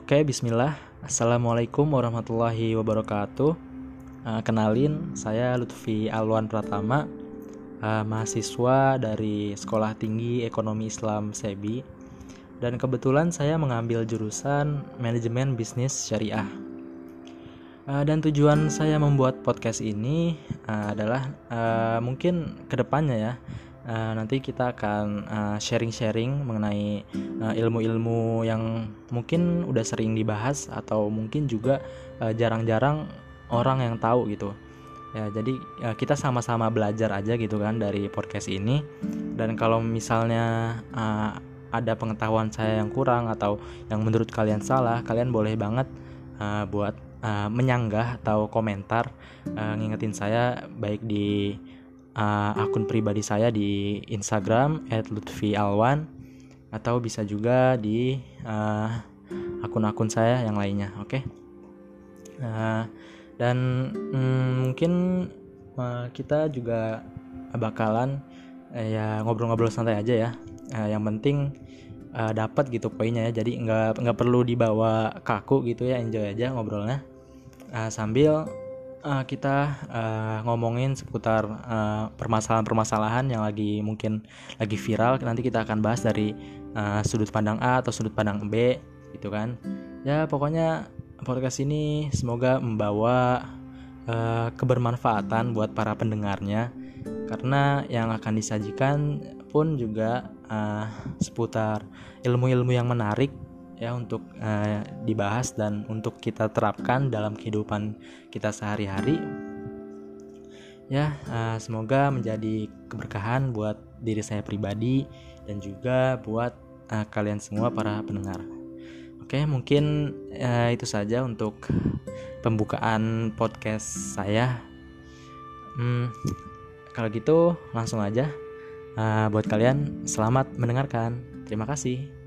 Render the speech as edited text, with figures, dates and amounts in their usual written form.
Oke, bismillah. Assalamualaikum warahmatullahi wabarakatuh. Kenalin, saya Lutfi Alwan Pratama, mahasiswa dari Sekolah Tinggi Ekonomi Islam SEBI. Dan kebetulan saya mengambil jurusan Manajemen Bisnis Syariah. Dan tujuan saya membuat podcast ini adalah mungkin kedepannya ya, nanti kita akan sharing-sharing mengenai ilmu-ilmu yang mungkin udah sering dibahas atau mungkin juga jarang-jarang orang yang tahu gitu ya. Jadi kita sama-sama belajar aja gitu kan dari podcast ini. Dan kalau misalnya ada pengetahuan saya yang kurang atau yang menurut kalian salah, kalian boleh banget buat menyanggah atau komentar, ngingetin saya baik di akun pribadi saya di Instagram @lutfialwan atau bisa juga di akun-akun saya yang lainnya. Oke. Dan mungkin kita juga bakalan ya ngobrol-ngobrol santai aja ya. Yang penting dapat gitu poinnya ya. Jadi nggak perlu dibawa kaku gitu ya, enjoy aja ngobrolnya. Sambil kita ngomongin seputar permasalahan-permasalahan yang mungkin lagi viral. Nanti kita akan bahas dari sudut pandang A atau sudut pandang B gitu kan. Ya pokoknya podcast ini semoga membawa kebermanfaatan buat para pendengarnya, karena yang akan disajikan pun juga seputar ilmu-ilmu yang menarik ya untuk dibahas dan untuk kita terapkan dalam kehidupan kita sehari-hari. Ya, semoga menjadi keberkahan buat diri saya pribadi dan juga buat kalian semua para pendengar. Oke, mungkin itu saja untuk pembukaan podcast saya. Kalau gitu langsung aja buat kalian, selamat mendengarkan. Terima kasih.